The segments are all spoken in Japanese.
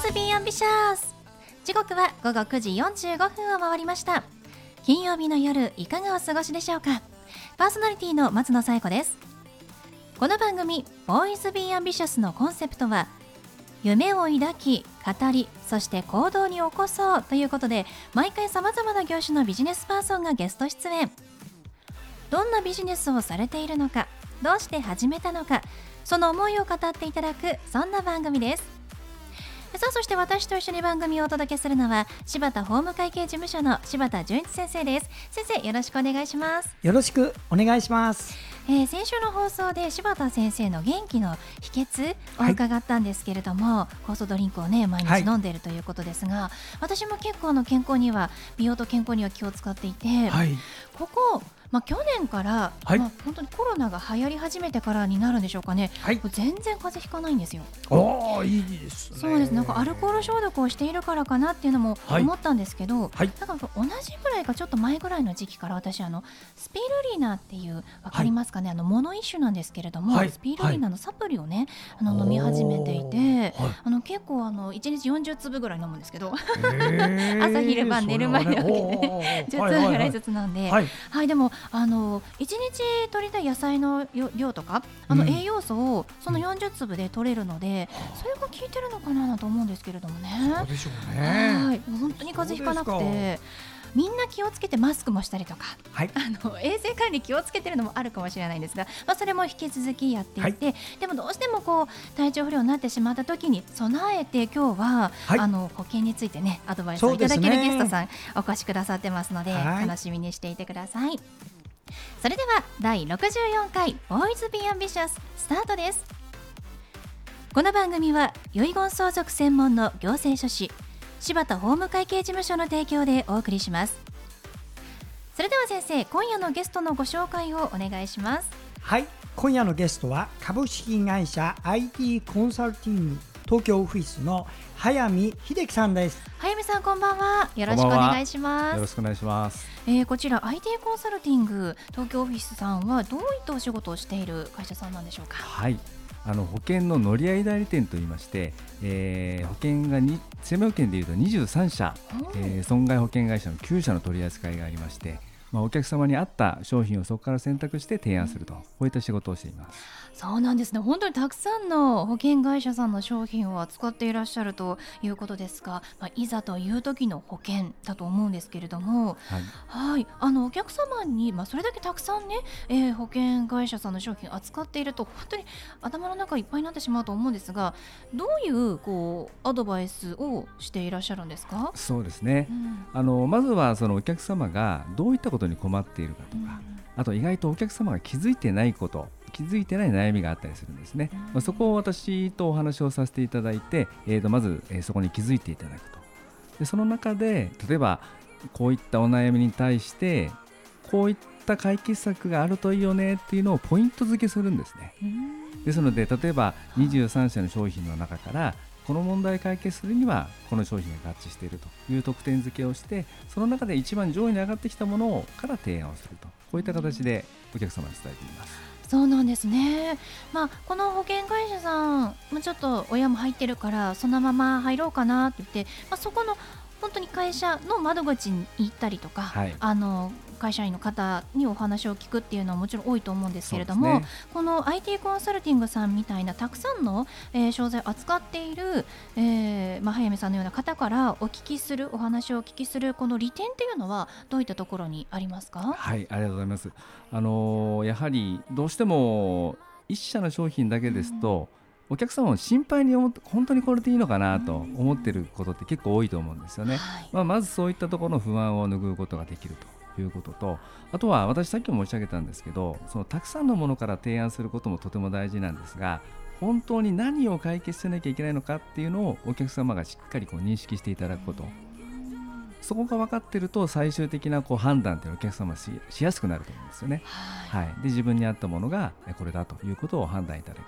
イズビーアンビシャス。時刻は午後9時45分を回りました。金曜日の夜いかがお過ごしでしょうか。パーソナリティの松野紗友子です。この番組ボーイズビーアンビシャスのコンセプトは夢を抱き語りそして行動に起こそうということで、毎回さまざまな業種のビジネスパーソンがゲスト出演。どんなビジネスをされているのか、どうして始めたのか、その思いを語っていただく、そんな番組です。さあ、そして私と一緒に番組をお届けするのは柴田法務会計事務所の柴田純一先生です。先生、よろしくお願いします。 よろしくお願いします。 先週の放送で柴田先生の元気の秘訣を伺ったんですけれども、酵素ドリンクをね毎日飲んでいるということですが、私も結構健康には美容と健康には気を使っていて、ここ去年から、本当にコロナが流行り始めてからになるんでしょうかね、全然風邪ひかないんですよ。 いいですね。 そうです。なんかアルコール消毒をしているからかなっていうのも思ったんですけど、なんか同じぐらいかちょっと前ぐらいの時期から私スピルリナっていうわかりますかね、モノ一種なんですけれども、スピルリナのサプリをね飲み始めていて、結構1日40粒ぐらい飲むんですけど朝昼晩寝る前に分けて10粒ぐらいずつ飲んで、でも1日取りたい野菜の量とか栄養素をその40粒で取れるので、それが効いてるのかなと思うんですけれどもね。 そうでしょうね。 本当に風邪ひかなくて、みんな気をつけてマスクもしたりとか、衛生管理気をつけてるのもあるかもしれないんですが、それも引き続きやっていて、でもどうしても体調不良になってしまった時に備えて、今日は、保険についてねアドバイスをいただけるゲストさんお越しくださってますので、楽しみにしていてください。それでは第64回ボーイズビーアンビシャススタートです。この番組は遺言相続専門の行政書士柴田法務会計事務所の提供でお送りします。それでは先生、今夜のゲストのご紹介をお願いします。 今夜のゲストは株式会社 IT コンサルティング東京オフィスの早見秀樹さんです。 早見さん、こんばんは。よろしくお願いします。 よろしくお願いします。 こちら IT コンサルティング東京オフィスさんはどういったお仕事をしている会社さんなんでしょうか。 保険の乗り合い代理店といいまして、保険が生命保険でいうと23社、損害保険会社の9社の取り扱いがありまして、お客様に合った商品をそこから選択して提案すると、こういった仕事をしています。 そうなんですね。本当にたくさんの保険会社さんの商品を扱っていらっしゃるということですが、いざという時の保険だと思うんですけれども、お客様に、それだけたくさんね、保険会社さんの商品を扱っていると本当に頭の中いっぱいになってしまうと思うんですが、どういうアドバイスをしていらっしゃるんですか。 そうですね、まずはそのお客様がどういったことに困っているかとか、あと意外とお客様が気づいてないこと、気づいてない悩みがあったりするんですね。そこを私とお話をさせていただいて、まず、そこに気づいていただくと。でその中で例えばこういったお悩みに対してこういった解決策があるといいよねっていうのをポイント付けするんですね。ですので例えば23社の商品の中からこの問題を解決するにはこの商品が合致しているという特典付けをして、その中で一番上位に上がってきたものから提案をすると、こういった形でお客様に伝えています。 そうなんですね。この保険会社さん、ちょっと親も入ってるからそのまま入ろうかなって言って、そこの本当に会社の窓口に行ったりとか、会社員の方にお話を聞くっていうのはもちろん多いと思うんですけれども、この IT コンサルティングさんみたいなたくさんの、商材を扱っている、早見さんのような方からお話をお聞きするこの利点っていうのはどういったところにありますか。 ありがとうございます。やはりどうしても一社の商品だけですと、お客様も心配に本当にこれでいいのかなと思っていることって結構多いと思うんですよね。まずそういったところの不安を拭うことができるということと、あとは私さっきも申し上げたんですけど、そのたくさんのものから提案することもとても大事なんですが、本当に何を解決しなきゃいけないのかっていうのをお客様がしっかり認識していただくこと、そこが分かっていると最終的な判断っていうのをお客様 しやすくなると思うんですよね。で自分に合ったものがこれだということを判断いただけると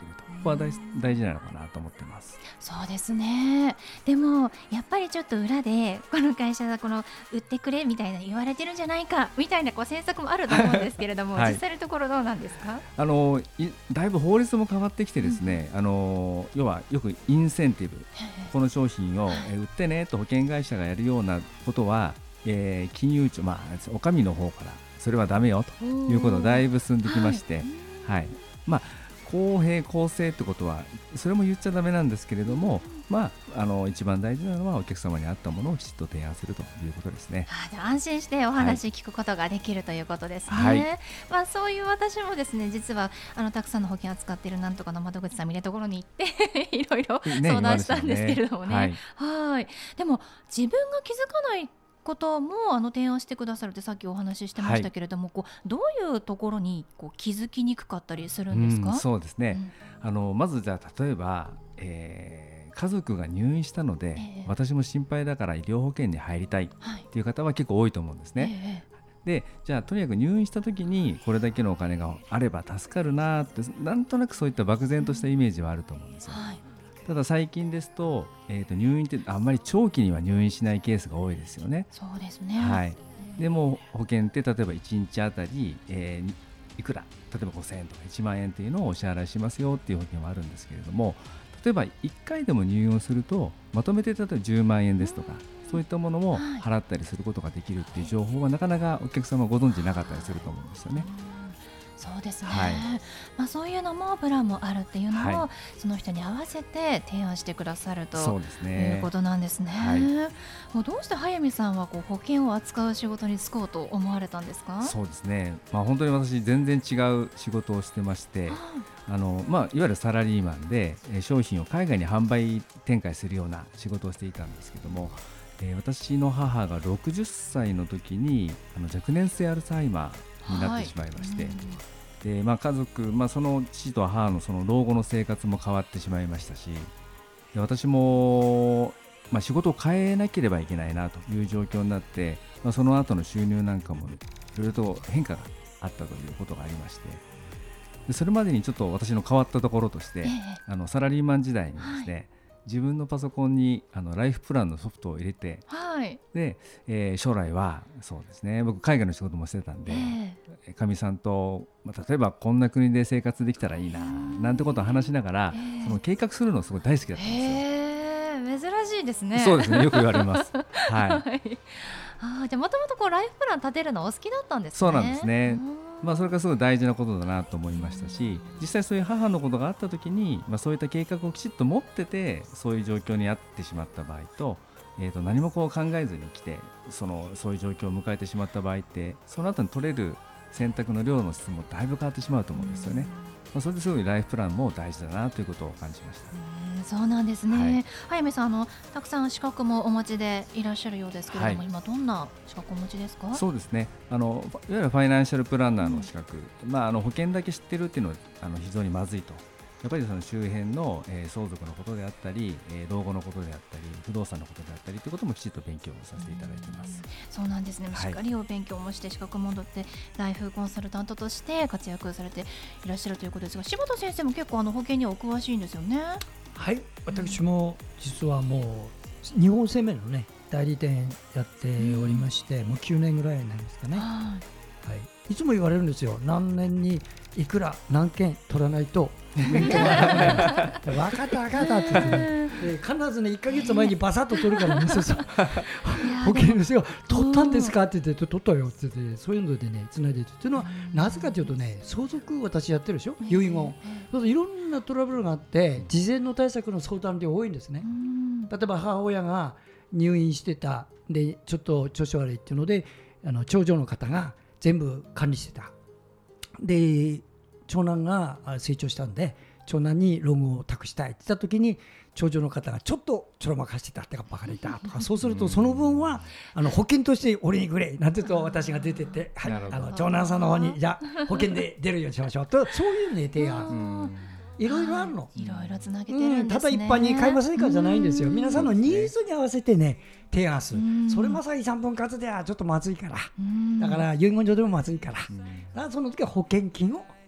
こは大事なのかなと思ってます。 そうですね。でもやっぱりちょっと裏でこの会社が売ってくれみたいな言われてるんじゃないかみたいな政策もあると思うんですけれども、はい、実際のところどうなんですか？ だいぶ法律も変わってきてですね、要はよくインセンティブ、この商品を売ってねと保険会社がやるようなことは、金融庁、お上の方からそれはダメよということがだいぶ進んできまして、はい、公平公正ってことはそれも言っちゃダメなんですけれども、一番大事なのはお客様に合ったものをきちっと提案するということですね。 安心してお話聞くことができるということですね。はい、そういう私もですね、実はたくさんの保険を扱っているなんとかの窓口さん見るところに行っていろいろ相談したんですけれどもね。はい。でも自分が気づかないことも提案してくださるってさっきお話ししてましたけれども、どういうところに気づきにくかったりするんですか？ そうですね、まずじゃあ例えば、家族が入院したので、私も心配だから医療保険に入りたいっていう方は結構多いと思うんですね。でじゃあとにかく入院した時にこれだけのお金があれば助かるなって、なんとなくそういった漠然としたイメージはあると思うんですよ。ただ最近ですと、入院ってあんまり長期には入院しないケースが多いですよね。 そうですね。 はい、でも保険って例えば1日あたり、いくら、例えば5000円とか1万円というのをお支払いしますよっていう保険はあるんですけれども、例えば1回でも入院をするとまとめて例えば10万円ですとか、そういったものも払ったりすることができるっていう情報はなかなかお客様ご存知なかったりすると思うんですよね。 そうですね。そういうのもプランもあるっていうのを、その人に合わせて提案してくださるということなんですね。もうどうして早見さんは保険を扱う仕事に就こうと思われたんですか？ そうですね、本当に私全然違う仕事をしてまして、いわゆるサラリーマンで商品を海外に販売展開するような仕事をしていたんですけども、私の母が60歳の時に若年性アルツハイマーになってしまいまして、で家族、その父と母のその老後の生活も変わってしまいましたし、で私も、仕事を変えなければいけないなという状況になって、その後の収入なんかもいろいろと変化があったということがありまして、でそれまでにちょっと私の変わったところとして、サラリーマン時代にですね、自分のパソコンにライフプランのソフトを入れて、で将来はそうですね、僕海外の仕事もしてたんで、かみさんと、例えばこんな国で生活できたらいいななんてことを話しながら、その計画するのすごい大好きだったんですよ。 珍しいですね。 そうですね、よく言われます。じゃあもともとライフプラン立てるのお好きだったんですね。 そうなんですね。それがすごい大事なことだなと思いましたし、実際そういう母のことがあった時に、そういった計画をきちっと持っててそういう状況にあってしまった場合と、何も考えずに来てそういう状況を迎えてしまった場合って、その後に取れる選択の量の質もだいぶ変わってしまうと思うんですよね。それですごいライフプランも大事だなということを感じました。 そうなんですね。早見さんたくさん資格もお持ちでいらっしゃるようですけれども、今どんな資格をお持ちですか？そうですね、いわゆるファイナンシャルプランナーの資格、保険だけ知ってるっていうのは非常にまずいと。やっぱりその周辺の、相続のことであったり、老後のことであったり、不動産のことであったりということもきちっと勉強させていただいています。 そうなんですね。しっかりお勉強もして資格も取ってライフコンサルタントとして活躍されていらっしゃるということですが、柴田先生も結構保険にはお詳しいんですよね。 はい、私も実はもう日本生命のね代理店やっておりまして、もう9年ぐらいになりますかね。いつも言われるんですよ。何年にいくら何件取らないと免許がなくなる。分かった分かったって言ってね、必ずね1ヶ月前にバサッと取るからね、保険ですよ、取ったんですかって言って、取ったよって言って、そういうのでねつないでいるっていうのはなぜかというとね、相続私やってるでしょ、遺言、そうするといろんなトラブルがあって事前の対策の相談量多いんですね。例えば母親が入院してたでちょっと調子悪いっていうので、長女の方が全部管理してた。で長男が成長したんで長男にローンを託したいって言った時に、長女の方がちょっとちょろまかしてたってかバカでいたとか、そうするとその分は保険として俺にくれなんて言うと私が出てって、長男さんの方にじゃあ保険で出るようにしましょうと、そういうね提案いろいろあるの。 いろいろつなげてるんですね。 ただ一般に買いませんかじゃないんですよ。皆さんのニーズに合わせてね提案する。それまさに3分割ではちょっとまずいから、だから遺言状でもまずいから、その時は保険金を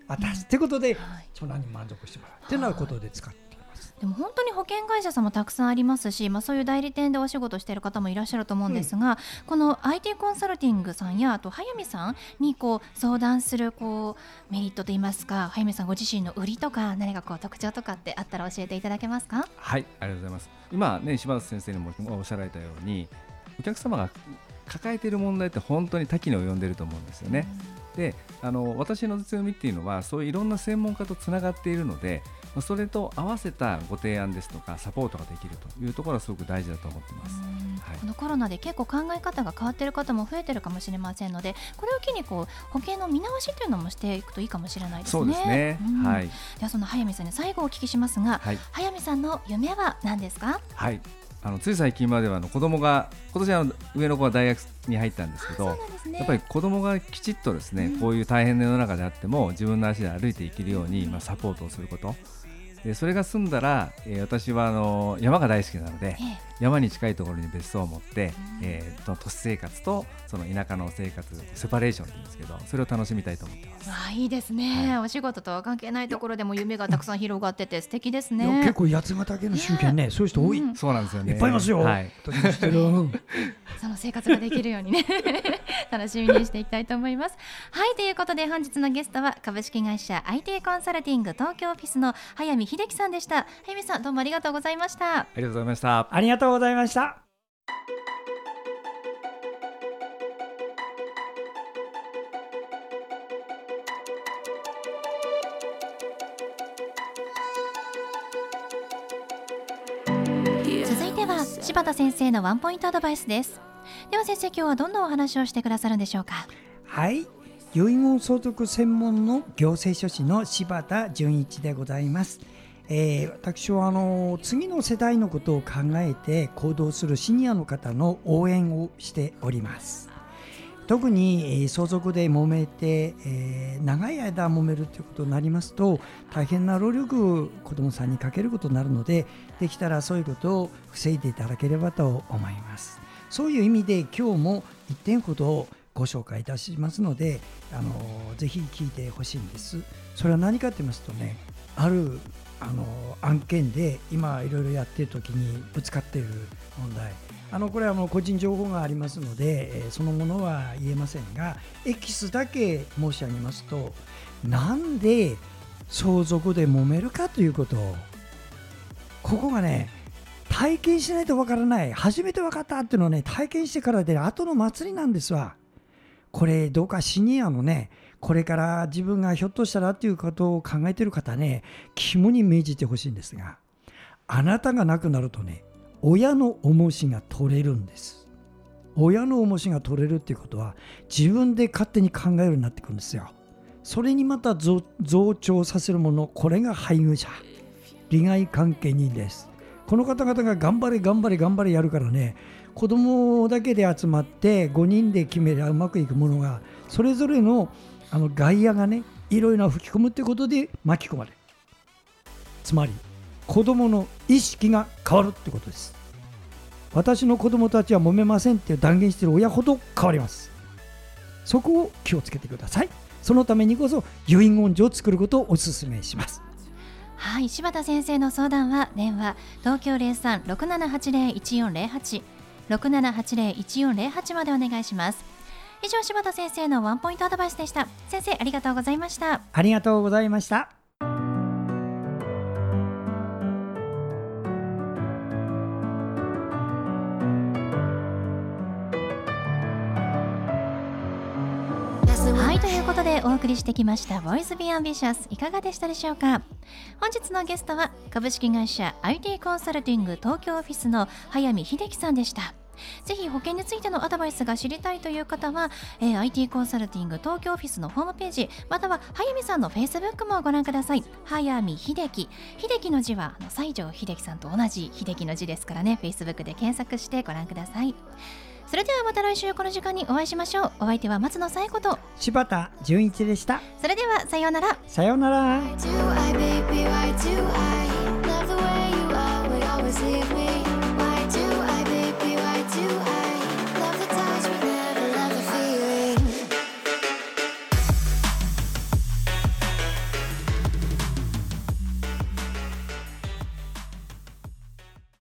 渡すってことで、長男に満足してもらうっていうようなことで使っています。 でも本当に保険会社さんもたくさんありますし、そういう代理店でお仕事している方もいらっしゃると思うんですが、この IT コンサルティングさんやあと早見さんに相談するメリットといいますか、早見さんご自身の売りとか何か特徴とかってあったら教えていただけますか？ はい、ありがとうございます。今ね、柴田先生にもおっしゃられたように、お客様が抱えている問題って本当に多岐に及んでいると思うんですよね。で、私の強みっていうのはそういういろんな専門家とつながっているので、それと合わせたご提案ですとかサポートができるというところはすごく大事だと思っています。 このコロナで結構考え方が変わっている方も増えているかもしれませんので、これを機に保険の見直しというのもしていくといいかもしれないですね。 そうですね、はい。 ではその早見さんに最後お聞きしますが、早見さんの夢は何ですか？ はい、つい最近までは子供が、今年上の子は大学に入ったんですけど、やっぱり子供がきちっとですね、こういう大変な世の中であっても自分の足で歩いていけるように、サポートをすること、でそれが済んだら、私は山が大好きなので、山に近いところに別荘を持って、都市生活とその田舎の生活、セパレーションって言うんですけど、それを楽しみたいと思ってます。 いいですね、お仕事とは関係ないところでも夢がたくさん広がってて素敵ですね。 結構八ヶ岳の周辺ね、そういう人多い。 そうなんですよね、 いっぱいいますよ、 その生活ができるようにね楽しみにしていきたいと思います。はい、ということで本日のゲストは株式会社 IT コンサルティング東京オフィスの早見秀樹さんでした。早見さん、どうもありがとうございました。 ありがとうございました。 ありがとうございました。 続いては柴田先生のワンポイントアドバイスです。では先生、今日はどんなお話をしてくださるんでしょうか？ はい、遺言相続専門の行政書士の柴田純一でございます。私は次の世代のことを考えて行動するシニアの方の応援をしております。特に相続で揉めて、長い間揉めるということになりますと、大変な労力子どもさんにかけることになるので、できたらそういうことを防いでいただければと思います。そういう意味で今日も1点ほどご紹介いたしますので、ぜひ聞いてほしいんです。それは何かと言いますとね、ある案件で今いろいろやっているときにぶつかっている問題、これは個人情報がありますので、そのものは言えませんが、エキスだけ申し上げますと、なんで相続で揉めるかということを、ここがね、体験しないとわからない、初めて分かったっていうのはね、体験してからで後の祭りなんですわ。これどうかシニアのね、これから自分がひょっとしたらっていうことを考えている方ね、肝に銘じてほしいんですが、あなたが亡くなるとね、親の重しが取れるんです。親の重しが取れるっていうことは、自分で勝手に考えるようになってくるんですよ。それにまた増長させるもの、これが配偶者、利害関係人です。この方々が頑張れ頑張れ頑張れやるからね、子供だけで集まって5人で決めればうまくいくものが、それぞれの外野がね、いろいろな吹き込むということで巻き込まれる。つまり子供の意識が変わるってことです。私の子供たちは揉めませんって断言している親ほど変わります。そこを気をつけてください。そのためにこそ遺言状を作ることをお勧めします。 はい、柴田先生の相談は電話東京 03-6780-1408 6780-1408 までお願いします。以上、柴田先生のワンポイントアドバイスでした。先生、ありがとうございました。 ありがとうございました。 はい、ということでお送りしてきましたボイスビーアンビシャス、いかがでしたでしょうか？本日のゲストは株式会社 IT コンサルティング東京オフィスの早見秀樹さんでした。ぜひ保険についてのアドバイスが知りたいという方は、IT コンサルティング東京オフィスのホームページ、または早見さんの Facebook もご覧ください。早見秀樹、秀樹の字は西城秀樹さんと同じ秀樹の字ですからね、 Facebook で検索してご覧ください。それではまた来週この時間にお会いしましょう。お相手は松野紗友子と柴田純一でした。 それではさようなら。 さようなら。 Why do I, baby, why do I love the way you are, but always leave me